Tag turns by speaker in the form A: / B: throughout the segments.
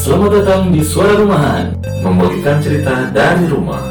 A: Selamat datang di Suara Rumahan, membagikan cerita dari rumah.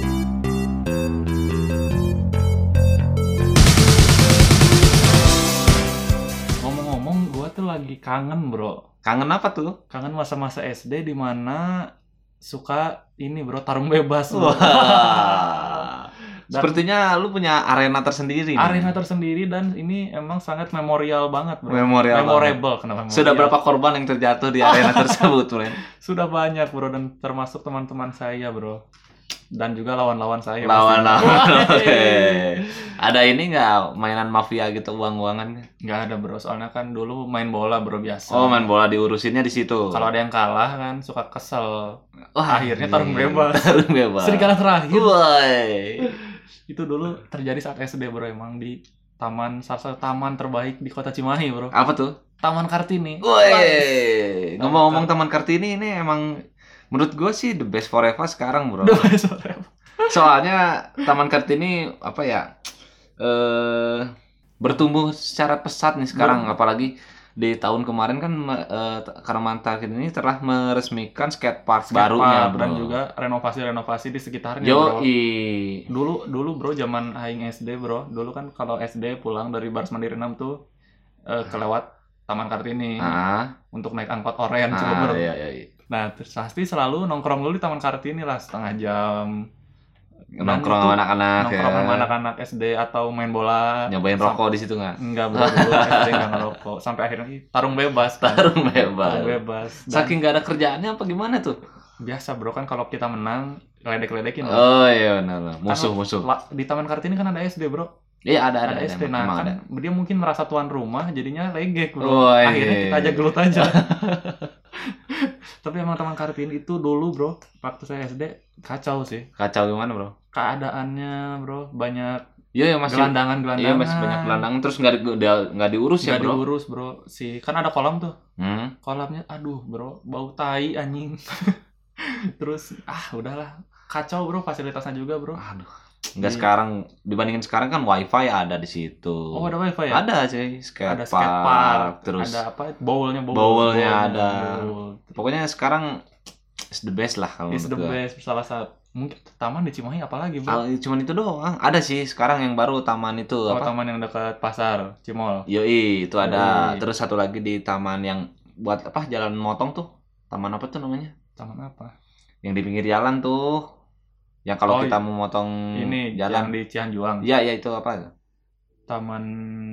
B: Ngomong-ngomong, gua tuh lagi kangen, bro.
C: Kangen apa tuh?
B: Kangen masa-masa SD di mana suka ini, bro, tarung bebas, bro.
C: Wah.
B: Dan
C: Sepertinya lu punya arena tersendiri nih.
B: arena tersendiri dan ini emang sangat memorial banget, bro.
C: Memorial
B: Memorable, kenapa memorial?
C: Sudah berapa korban yang terjatuh di arena tersebut, Bren?
B: Sudah banyak, bro, dan termasuk teman-teman saya, bro. Dan juga lawan-lawan saya.
C: Lawan-lawan.
B: pastinya.
C: Oke. Ada ini nggak mainan mafia gitu uang-uangan?
B: Nggak ada, bro. Soalnya kan dulu main bola, bro, biasa.
C: Oh, main bola diurusinnya di situ.
B: Kalau ada yang kalah kan suka kesel.
C: Wah,
B: akhirnya tarung bebas.
C: Tarung bebas.
B: Serigala terakhir.
C: Woi.
B: Itu dulu terjadi saat SD, bro, emang di salah satu taman terbaik di kota Cimahi, bro.
C: Apa tuh?
B: Taman Kartini.
C: Woi. Ngomong-ngomong Taman Kartini ini emang menurut gue sih the best forever sekarang, bro. Soalnya Taman Kartini apa ya? Bertumbuh secara pesat nih sekarang, apalagi di tahun kemarin kan Taman Kartini ini telah meresmikan skatepark barunya, bro.
B: Dan juga renovasi-renovasi di sekitarnya, bro.
C: Yoi.
B: Dulu bro, zaman aing SD, bro. Dulu kan kalau SD pulang dari Baris Mandiri 6 tuh kelewat Taman Kartini untuk naik angkot oren, bro.
C: Iya.
B: Nah, terus pasti selalu nongkrong dulu di Taman Kartini lah setengah jam.
C: Nongkrong anak-anak
B: Nongkrong
C: ya.
B: sama anak-anak SD atau main bola.
C: Nyobain rokok di situ nggak?
B: Enggak, bro. Dulu SD nggak ngerokok. Sampai akhirnya tarung bebas. Kan?
C: Tarung bebas.
B: Tarung bebas. Dan
C: Saking nggak ada kerjaannya apa gimana tuh?
B: biasa, bro, kan kalau kita menang ledek-ledekin. Bro.
C: Oh iya benar. Musuh.
B: Di Taman Kartini kan ada SD, bro.
C: Iya ada
B: SD.
C: emang
B: Nah, kan
C: ada.
B: dia mungkin merasa tuan rumah, jadinya legek, bro.
C: Oh, iya.
B: Akhirnya kita aja gelut aja. Tapi emang Taman Kartini itu dulu, bro, waktu saya SD kacau sih.
C: Kacau gimana, bro?
B: Keadaannya, bro, banyak
C: Iya masih.
B: gelandangan.
C: Iya masih banyak gelandangan, terus nggak diurus ya,
B: Nggak
C: bro?
B: diurus, bro. Kan ada kolam tuh.
C: Kolamnya,
B: Aduh, bro, bau tai anjing. Terus udahlah, kacau, bro, fasilitasnya juga, bro.
C: aduh. Nggak
B: Iya.
C: sekarang dibandingin sekarang kan wifi ada di situ.
B: Oh, ada wifi ya?
C: Ada cuy,
B: Ada
C: skatepark,
B: skatepark,
C: terus
B: ada apa? Bowlnya
C: ada.
B: bowl.
C: Pokoknya sekarang is the best lah kalau
B: It's the
C: menurut gua.
B: best, salah satu. Mungkin taman di Cimahi apalagi, bro?
C: Cuman itu doang. Ada sih sekarang yang baru taman itu
B: Oh,
C: apa?
B: taman yang dekat pasar Cimol.
C: Yoi, itu ada.
B: Yoi.
C: Terus satu lagi di taman yang buat apa? Jalan motong tuh. Taman apa tuh namanya?
B: Taman apa?
C: Yang di pinggir jalan tuh. Yang kalau
B: Oh,
C: kita mau motong
B: Ini
C: jalan.
B: yang di Cianjuang.
C: Iya, itu apa?
B: Taman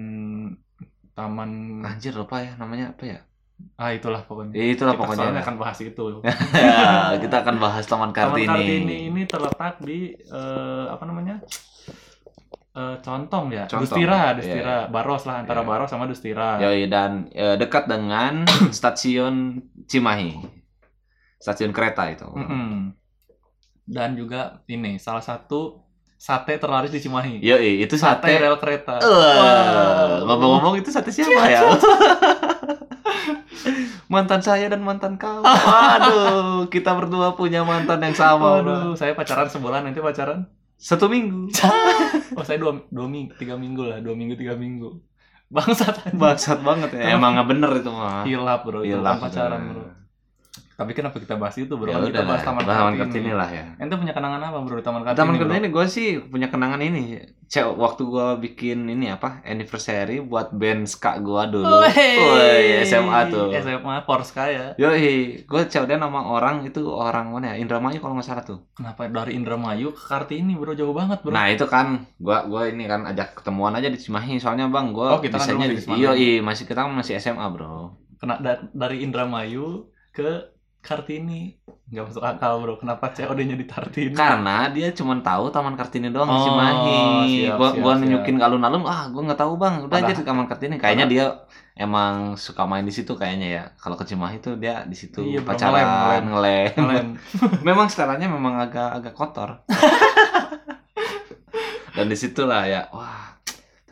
C: Anjir lupa ya namanya apa ya?
B: itulah pokoknya.
C: Itulah
B: Kita
C: pokoknya.
B: soalnya akan bahas itu.
C: Ya, kita akan bahas Taman
B: Taman
C: Kartini.
B: Kartini ini terletak di apa namanya? Contong ya.
C: Contong.
B: Dustira,
C: Iya.
B: Baros lah, antara
C: Iya.
B: Baros sama Dustira.
C: Yoi, dan dekat dengan stasiun Cimahi. Stasiun kereta itu.
B: Mm-mm. Dan juga ini salah satu sate terlaris di Cimahi.
C: Yoi, itu
B: Sate
C: sate.
B: rel kereta.
C: Ngomong-ngomong itu sate siapa ya? Mantan saya dan mantan kau. Waduh, kita berdua punya mantan yang sama, bro.
B: Waduh, saya pacaran sebulan, nanti pacaran
C: 1 minggu.
B: oh saya 2 minggu, 3 minggu lah, 2 minggu 3 minggu. Bangsat anjing.
C: Bangsat banget ya. Emang nggak bener itu mah.
B: Hilap, bro, itu
C: Hilaf,
B: bukan pacaran, bro. Tapi kenapa kita bahas itu, bro?
C: Ya
B: Kita
C: udah
B: bahas
C: lah,
B: Taman
C: Kartini lah ya.
B: Ente punya kenangan apa, bro, di Taman Kartini?
C: Taman
B: bro?
C: Kartini gue sih punya kenangan ini. Waktu gue bikin ini apa? Anniversary buat band ska gue dulu. Woi, SMA tuh.
B: SMA Porska ya.
C: Yoi, gue COD nama orang itu orang mana ya? Indramayu kalau nggak salah tuh.
B: Kenapa dari Indramayu ke Kartini, bro? Jauh banget, bro.
C: Nah itu kan, gue ini kan ajak ketemuan aja di Cimahi. Soalnya bang, gue
B: kita kan
C: bisanya
B: dulu di Cimahi.
C: Yoi, kita masih SMA bro.
B: Dari Indramayu ke Kartini. Nggak masuk akal, bro. Kenapa COD-nya di Kartini?
C: Karena dia cuma tahu Taman Kartini doang di
B: Oh,
C: Cimahi.
B: siap.
C: Gue nunjukin ke alun-alun, gue nggak tahu bang. Udah aja di Taman Kartini. Kayaknya dia emang suka main di situ kayaknya ya. Kalau ke Cimahi tuh dia di situ
B: Iya, bro,
C: pacaran, ngelem.
B: Ngelem.
C: Memang setelahnya memang agak kotor. Dan disitulah ya, wah.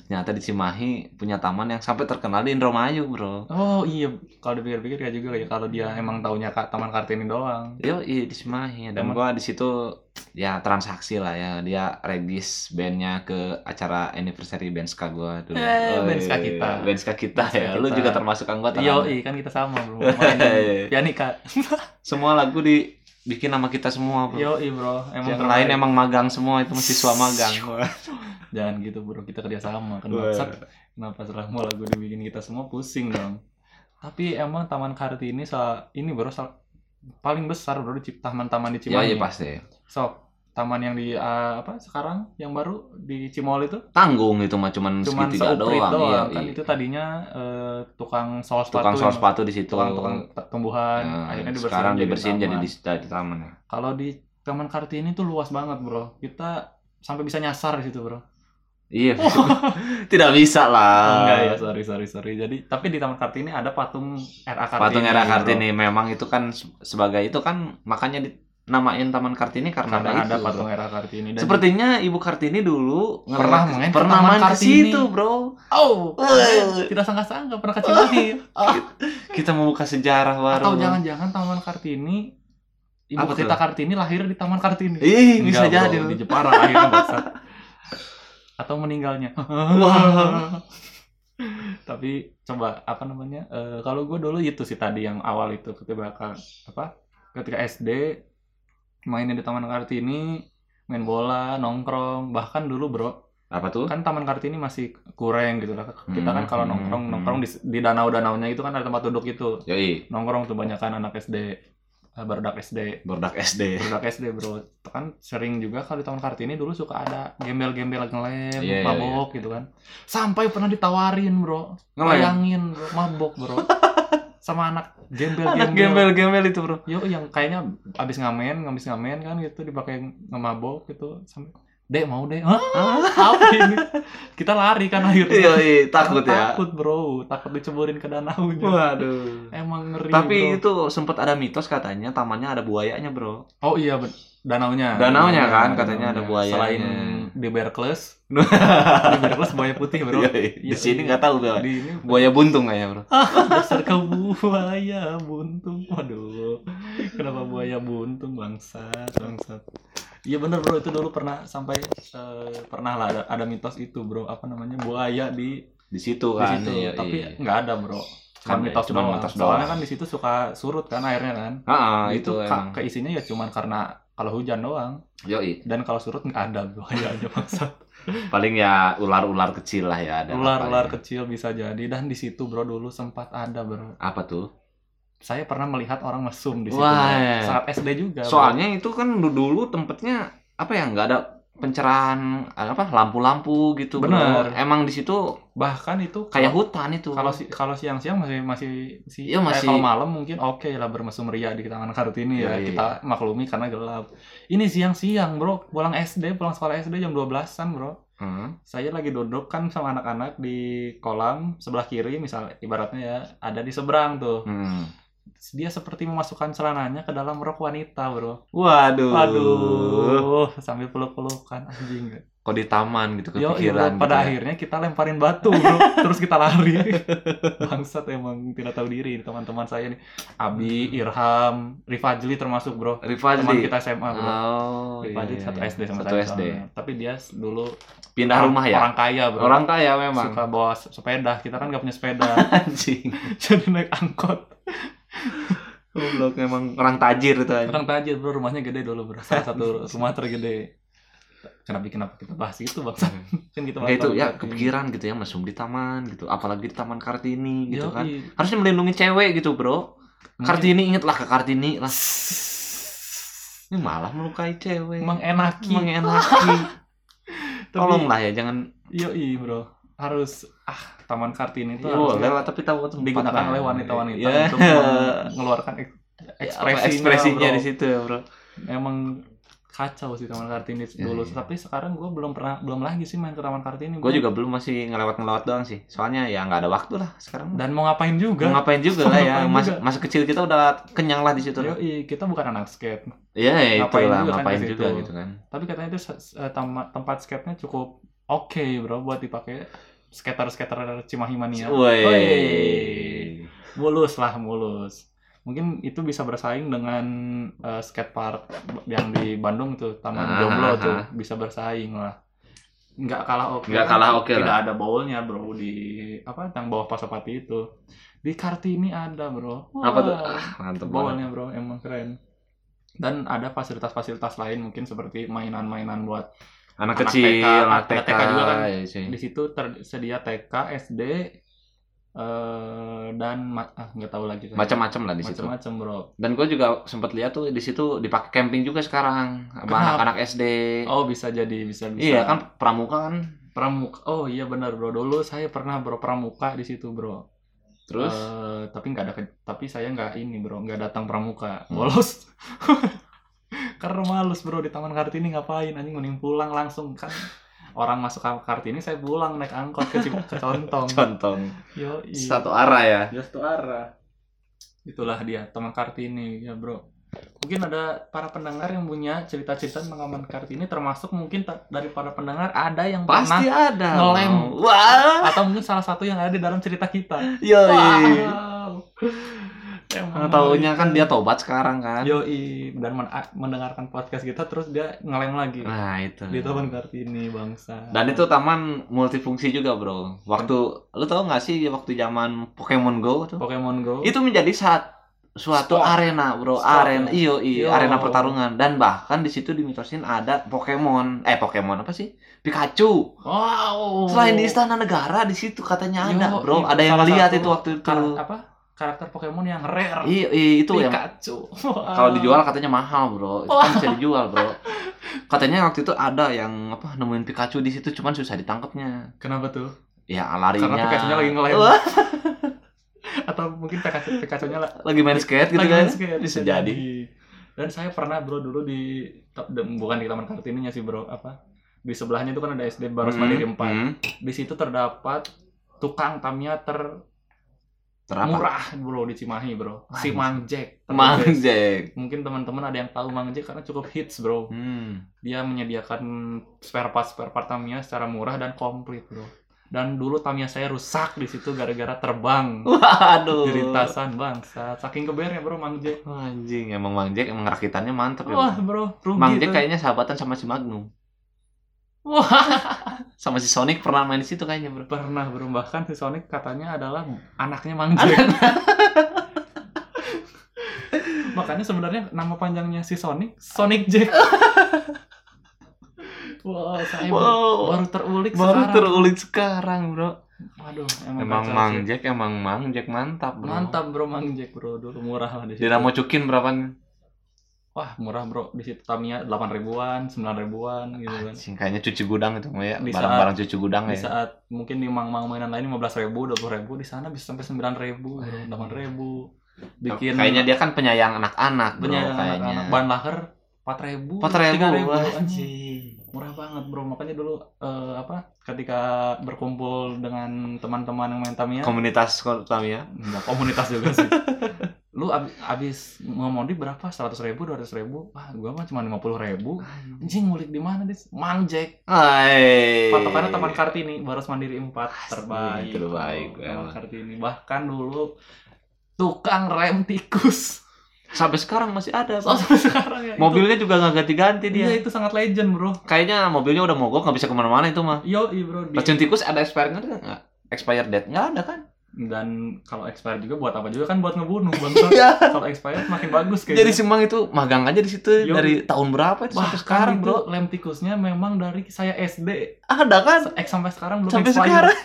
C: ternyata di Cimahi punya taman yang sampai terkenal di Indramayu, bro.
B: Oh iya, kalau dipikir-pikir ya juga ya, kalau dia emang taunya Taman Kartini doang.
C: Iya di Cimahi. Dan gua di situ ya transaksi lah ya. Dia regis bandnya ke acara anniversary Bandska gua dulu.
B: Bandska kita.
C: Bandska kita ya. Lu juga termasuk anggota.
B: Iya, kan kita sama, bro. Main pianika.
C: Semua lagu dibikin sama kita semua, bro.
B: Iya, bro.
C: Yang lain emang magang semua, itu mahasiswa magang.
B: Jangan gitu, bro, kita kerja sama kan. Kenapa selama lagu dibikin kita semua pusing dong. Tapi emang Taman Kartini ini bro paling besar, bro, di taman-taman di Cimahi.
C: Iya pasti.
B: Taman yang di sekarang yang baru di Cimol itu
C: tanggung itu mah cuman segitiga doang.
B: Kan itu tadinya tukang sol
C: sepatu di situ.
B: Tukang tumbuhan, akhirnya
C: sekarang dibersihin jadi di taman ya.
B: Kalau di Taman Kartini tuh luas banget, bro. Kita sampai bisa nyasar di situ, bro.
C: Iya. Tidak bisa lah.
B: Enggak ya, sorry. Jadi tapi di Taman Kartini ada patung RA Kartini.
C: Patung RA Kartini, bro. Memang itu kan sebagai itu kan makanya dinamain Taman Kartini karena
B: ada patung RA Kartini. Dan
C: sepertinya Ibu Kartini dulu
B: pernah main ke situ,
C: bro.
B: Tidak sangka-sangka pernah ke Cimahi.
C: Kita mau buka sejarah baru.
B: Atau jangan-jangan Taman Kartini Ibu Tita Kartini lahir di Taman Kartini.
C: Bisa jadi,
B: bro. Di Jepara akhirnya bangsat. Atau meninggalnya.
C: Wah.
B: Tapi coba kalau gue dulu itu sih tadi yang awal itu ketika SD mainnya di Taman Kartini, main bola, nongkrong, bahkan dulu, bro.
C: Apa tuh?
B: Kan Taman Kartini masih kurang gitu lah. Kita kan kalau nongkrong di danau-danaunya itu kan ada tempat duduk itu.
C: Yoi.
B: Nongkrong tuh banyakan anak SD. Berdak SD, bro. Kan sering juga kalau di Taman Kartini dulu suka ada gembel-gembel ngelem, mabok gitu kan. Sampai pernah ditawarin, bro. Bayangin, bro, mabok, bro. Sama anak gembel-gembel
C: itu, bro.
B: Yo, yang kayaknya abis ngamen kan gitu, dipakai ngemabok gitu. Sampai Dek mau deh. Apa ini? Kita lari kan akhirnya.
C: Iya, takut ya.
B: Takut, bro. Takut diceburin ke danaunya.
C: Waduh.
B: Emang ngeri,
C: tapi
B: bro.
C: Itu sempat ada mitos katanya tamannya ada buayanya, bro.
B: Oh iya, danaunya
C: kan katanya ada buayanya.
B: Selain di Berkeley, buaya putih, bro.
C: Di sini nggak tahu, bro. Buaya buntung kayaknya, bro.
B: Dasar kau buaya buntung. Waduh. Kenapa buaya buntung, bangsat. Iya bener, bro, itu dulu pernah lah ada mitos itu, bro, buaya di
C: situ kan.
B: Iya, tapi nggak ada, bro. Cuma mitos doang. Soalnya kan di situ suka surut kan airnya kan.
C: Itu emang.
B: Keisinya ya cuman karena kalau hujan doang.
C: Yoi.
B: Dan kalau surut nggak ada buaya aja maksud.
C: Paling ya ular-ular kecil lah ya ada.
B: Ular kecil bisa jadi, dan di situ, bro, dulu sempat ada, bro.
C: Apa tuh?
B: Saya pernah melihat orang mesum di situ.
C: Wah,
B: saat SD juga.
C: Soalnya
B: bro.
C: Itu kan dulu tempatnya nggak ada pencerahan lampu-lampu gitu.
B: Bener.
C: Emang di situ
B: bahkan itu
C: kayak hutan itu.
B: Kalau siang-siang masih
C: kalau
B: malam mungkin oke lah bermesum ria di Taman Kartini ya. Kita maklumi karena gelap. Ini siang-siang, bro, pulang sekolah SD jam 12-an, bro. Saya lagi duduk kan sama anak-anak di kolam sebelah kiri, misal ibaratnya ya, ada di seberang tuh. Dia seperti memasukkan celananya ke dalam rok wanita, bro. Waduh, sambil peluk-pelukan, anjing.
C: Kok di taman gitu kepikiran.
B: Iya, pada akhirnya kita lemparin batu, bro. Terus kita lari. Bangsat, emang tidak tahu diri teman-teman saya nih. Abi, Irham, Rifajli termasuk, bro. Teman kita SMA, bro. Rifajli satu SD sama saya. Tapi dia dulu
C: pindah rumah ya.
B: Orang kaya, bro.
C: Orang kaya memang.
B: Suka bawa sepeda. Kita kan nggak punya sepeda.
C: Anjing.
B: Jadi naik angkot.
C: Goblok, emang orang tajir itu aja.
B: Orang tajir, bro, rumahnya gede dulu, bro. Salah satu rumah tergede. Kenapa kita bahas itu, Bang? Kan kita bahas
C: itu ya kepikiran gitu ya, mesum di taman gitu, apalagi di Taman Kartini gitu. Kan. Harusnya melindungi cewek gitu, bro. Kartini, ingatlah ke Kartini lah. Ini malah melukai cewek.
B: Mengenaki.
C: Tolonglah ya, jangan.
B: Yoi, bro. Harus Taman Kartini itu
C: harus tapi tahu
B: digunakan oleh wanita-wanita untuk mengeluarkan ekspresinya
C: di situ ya, bro.
B: Emang kacau sih Taman Kartini dulu. Tapi sekarang gue belum lagi sih main ke Taman Kartini.
C: Gue juga belum, masih ngelewat doang sih. Soalnya ya nggak ada waktu lah sekarang.
B: Dan mau ngapain juga
C: lah ya. Masa kecil kita udah kenyang lah di situ.
B: Kita bukan anak skate.
C: Iya, itulah ngapain juga gitu kan.
B: Tapi katanya itu tempat skate-nya cukup oke, bro, buat dipakai. skater Cimahi Mania.
C: Woi.
B: Mulus. Mungkin itu bisa bersaing dengan skatepark yang di Bandung tuh, Taman Jomblo tuh, bisa bersaing lah. Nggak kalah oke lah. Tidak ada bowl-nya bro di yang bawah Pasopati itu. Di Kartini ada bro.
C: Apa tuh? Mantep
B: bowl-nya bro, emang keren. Dan ada fasilitas-fasilitas lain mungkin seperti mainan-mainan buat
C: anak kecil,
B: anak TK juga kan.
C: Ya,
B: di situ tersedia TK, SD, dan nggak tahu lagi
C: macam-macam lah di situ.
B: Macam-macam bro.
C: Dan gue juga sempat lihat tuh di situ dipakai camping juga sekarang sama anak-anak SD.
B: Oh bisa jadi bisa.
C: Iya kan pramuka kan.
B: Oh iya benar bro. Dulu saya pernah bro pramuka di situ bro.
C: Terus
B: tapi saya nggak datang pramuka, bolos. Karena males bro di Taman Kartini ngapain anjing, mending pulang langsung kan. Orang masuk ke Kartini, saya pulang naik angkot ke Contong.
C: Satu arah ya.
B: Satu arah. Itulah dia Taman Kartini ya bro. Mungkin ada para pendengar yang punya cerita-cerita tentang Taman Kartini, termasuk mungkin dari para pendengar ada yang
C: pasti
B: pernah
C: ada
B: ngelem.
C: Wah.
B: Atau mungkin salah satu yang ada di dalam cerita kita.
C: Wow. Taunya kan dia tobat sekarang kan.
B: Dan mendengarkan podcast kita terus dia ngelem lagi.
C: Nah itu.
B: Di Taman Kartini bangsa.
C: Dan itu taman multifungsi juga bro. Waktu lu tahu nggak sih waktu zaman Pokemon Go tuh?
B: Pokemon Go.
C: Itu menjadi suatu arena bro. Arena arena pertarungan. Dan bahkan di situ dimitosin ada Pokemon apa sih? Pikachu.
B: Wow.
C: Selain di Istana Negara di situ katanya ada bro. Ada yang lihat itu waktu itu.
B: Karakter Pokemon yang rare.
C: Itu
B: Pikachu.
C: Kalau dijual katanya mahal, bro. Itu kan bisa dijual, bro. Katanya waktu itu ada yang nemuin Pikachu di situ, cuman susah ditangkapnya.
B: Kenapa tuh?
C: Ya larinya.
B: Karena Pikachu-nya lagi ngelem. Atau mungkin Pikachu-nya
C: lagi main skate gitu kan. Bisa jadi.
B: Dan saya pernah bro dulu bukan di Taman Kartininya sih, bro. Di sebelahnya itu kan ada SD Baros Mandiri 4. Di situ terdapat tukang Tamiya murah bro di Cimahi bro. Si Mang Jack. Mungkin teman-teman ada yang tahu Mang Jack karena cukup hits bro. Dia menyediakan spare part Tamiya secara murah dan komplit bro. Dan dulu Tamiya saya rusak di situ gara-gara terbang.
C: Waduh.
B: Di lintasan bangsa. Saking kebernya bro Mang Jack.
C: Anjing emang Mang Jack emang rakitannya mantap ya.
B: Wah bro. Rugi
C: Mang Jack kayaknya sahabatan sama si Magnum.
B: Wah,
C: sama si Sonic pernah main di situ kayaknya bro.
B: Pernah bro, bahkan si Sonic katanya adalah anaknya Mang Jack. Makanya sebenarnya nama panjangnya si Sonic Jack. Wow, saya baru terulik sekarang bro. Waduh,
C: emang Mang Jack mantap bro.
B: Mantap bro Mang Jack bro, dulu murah lah di situ.
C: Dia mau cukin berapaan?
B: Wah murah bro, di situ Tamiya 8.000-an, 9.000-an gitu kan.
C: Kayaknya cuci gudang itu ya, barang-barang cuci gudang ya.
B: Di saat mungkin di mang-mang mainan lain 15.000, 20.000, di sana bisa sampai 9.000, 8.000.
C: Kayaknya dia kan penyayang anak-anak bro.
B: Anak-anak. Bahan lahar 4.000, 3.000 anjing. Murah banget bro, makanya dulu ketika berkumpul dengan teman-teman yang main Tamiya.
C: Komunitas Tamiya?
B: Enggak, komunitas juga sih. Lu abis ngemodi berapa? 100.000, 200.000? Wah, gua mah cuma 50.000. Anjing ngulik di mana, Dis? Mang Jack. Patokannya Taman Kartini, Baros Mandiri 4 terbaik. Taman Kartini. Bahkan dulu tukang rem tikus.
C: Sampai sekarang masih ada.
B: Sampai sekarang ya.
C: Mobilnya juga nggak ganti-ganti dia.
B: Iya, itu sangat legend, bro.
C: Kayaknya mobilnya udah mogok, nggak bisa kemana-mana itu mah.
B: Iya, bro.
C: Racun tikus ada expired nggak? Expired date nggak ada kan?
B: Dan kalau expired juga buat apa juga kan, buat ngebunuh bangsa. Kalau expired makin bagus kayaknya.
C: Jadi Simang itu magang aja di situ dari tahun berapa itu sampai sekarang, bro.
B: Lem tikusnya memang dari saya SD.
C: Ada kan?
B: Sampai sekarang belum
C: sampai
B: expired.
C: Sekarang.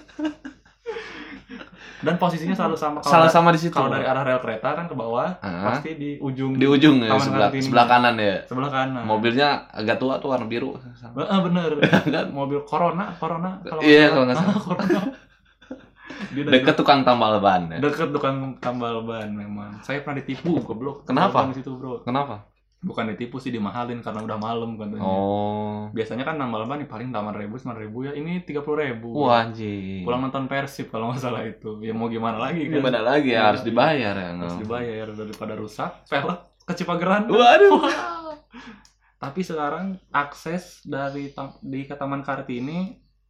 B: Dan posisinya selalu sama.
C: Sama di situ.
B: Kalau dari arah rel kereta kan ke bawah, pasti di ujung
C: ya, sebelah kanan ya.
B: Sebelah kanan.
C: Mobilnya agak tua tuh warna biru.
B: Bener. Mobil Corona kalau
C: iya, kalau nggak salah.
B: Corona.
C: Dekat tukang tambal ban ya.
B: Dekat tukang tambal ban memang. Saya pernah ditipu goblok.
C: Kenapa?
B: Di situ, bro.
C: Kenapa?
B: Bukan ditipu sih, dimahalin karena udah malam katanya.
C: Oh.
B: Biasanya kan tambal ban paling 8.000, 9.000 ya. Ini 30.000.
C: Wah, anjing.
B: Pulang nonton Persib kalau nggak salah itu. Ya mau gimana lagi kan?
C: Gimana lagi ya, harus dibayar ya.
B: Harus dibayar daripada rusak, velg ke Cipageran.
C: Waduh.
B: Tapi sekarang akses di ke Taman Kartini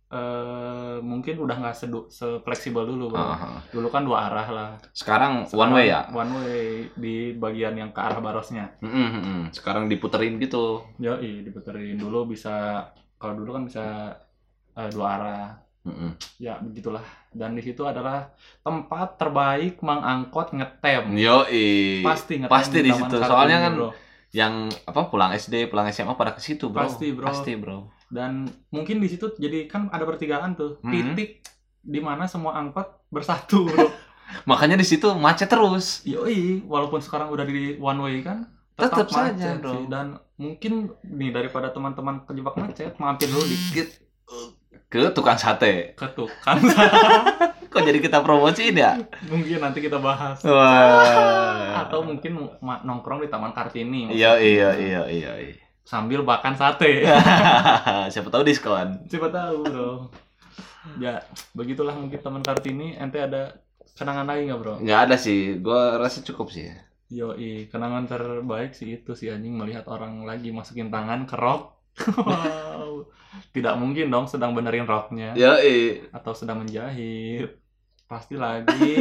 B: mungkin udah nggak se-fleksibel dulu, bro. Dulu kan 2 arah lah.
C: Sekarang one way ya?
B: One way di bagian yang ke arah Barosnya.
C: Sekarang diputerin gitu.
B: Yoi, diputerin. Dulu bisa, kalau dulu kan bisa 2 arah. Ya begitulah. Dan di situ adalah tempat terbaik mengangkut ngetem.
C: Yoi. Pasti di situ. Soalnya kan
B: bro,
C: yang pulang SD, pulang SMA pada ke situ, bro. Pasti, bro.
B: Dan mungkin di situ jadi kan ada pertigaan tuh, titik di mana semua angkot bersatu, bro.
C: Makanya di situ macet terus.
B: Yoi, walaupun sekarang udah di one way kan,
C: tetap
B: macet
C: saja, bro.
B: sih. Dan mungkin nih daripada teman-teman kejebak macet, mampir dulu dikit
C: ke tukang sate.
B: Ke tukang.
C: Kok jadi kita promosiin ya?
B: Mungkin nanti kita bahas.
C: Wah.
B: Atau mungkin nongkrong di Taman Kartini.
C: Iya.
B: Sambil makan sate.
C: Siapa tahu diskon.
B: Siapa tahu, bro. Ya, begitulah mungkin Taman Kartini. Ente ada kenangan lagi nggak, bro?
C: Nggak ada sih. Gua rasa cukup sih.
B: Yoi, kenangan terbaik sih itu sih anjing, melihat orang lagi masukin tangan ke rok. Wow. Tidak mungkin dong sedang benerin roknya.
C: Yoi.
B: Atau sedang menjahit. Pasti lagi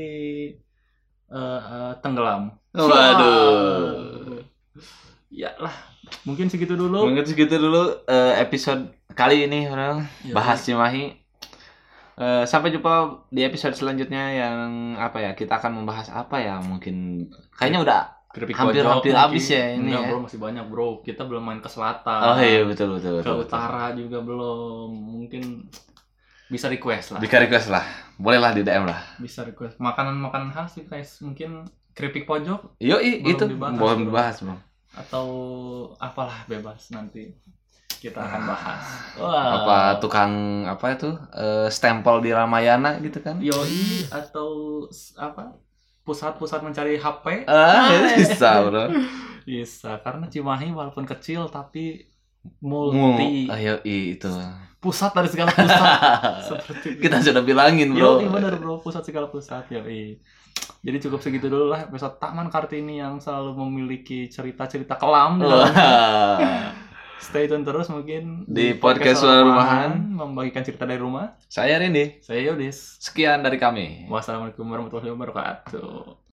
B: tenggelam.
C: Waduh.
B: Ya lah, mungkin segitu dulu.
C: Episode kali ini, bro. Bahas Cimahi. Sampai jumpa di episode selanjutnya yang kita akan membahas apa ya? Mungkin kayaknya udah hampir habis ya ini.
B: Enggak, bro, masih banyak, bro. Kita belum main ke selatan.
C: Oh iya, betul.
B: Ke utara juga belum. Mungkin bisa request lah. Bolehlah di DM lah. Bisa request makanan khas sih, guys. Mungkin keripik pojok.
C: Yoi, itu boleh dibahas, bro.
B: Atau apalah, bebas, nanti kita akan bahas.
C: Apa tukang stempel di Ramayana gitu kan?
B: Yoi, atau pusat-pusat mencari HP.
C: Bisa, bro.
B: Bisa, karena Cimahi walaupun kecil tapi multi.
C: Yoi, itu.
B: Pusat dari segala pusat. Seperti
C: kita sudah bilangin, bro.
B: Yoi, bener, bro, pusat segala pusat. Yoi. Jadi cukup segitu dulu lah episode Taman Kartini yang selalu memiliki cerita-cerita kelam. Stay tune terus mungkin
C: di podcast Suara Rumahan,
B: membagikan cerita dari rumah.
C: Saya Rindy.
B: Saya Yudis.
C: Sekian dari kami.
B: Wassalamualaikum warahmatullahi wabarakatuh.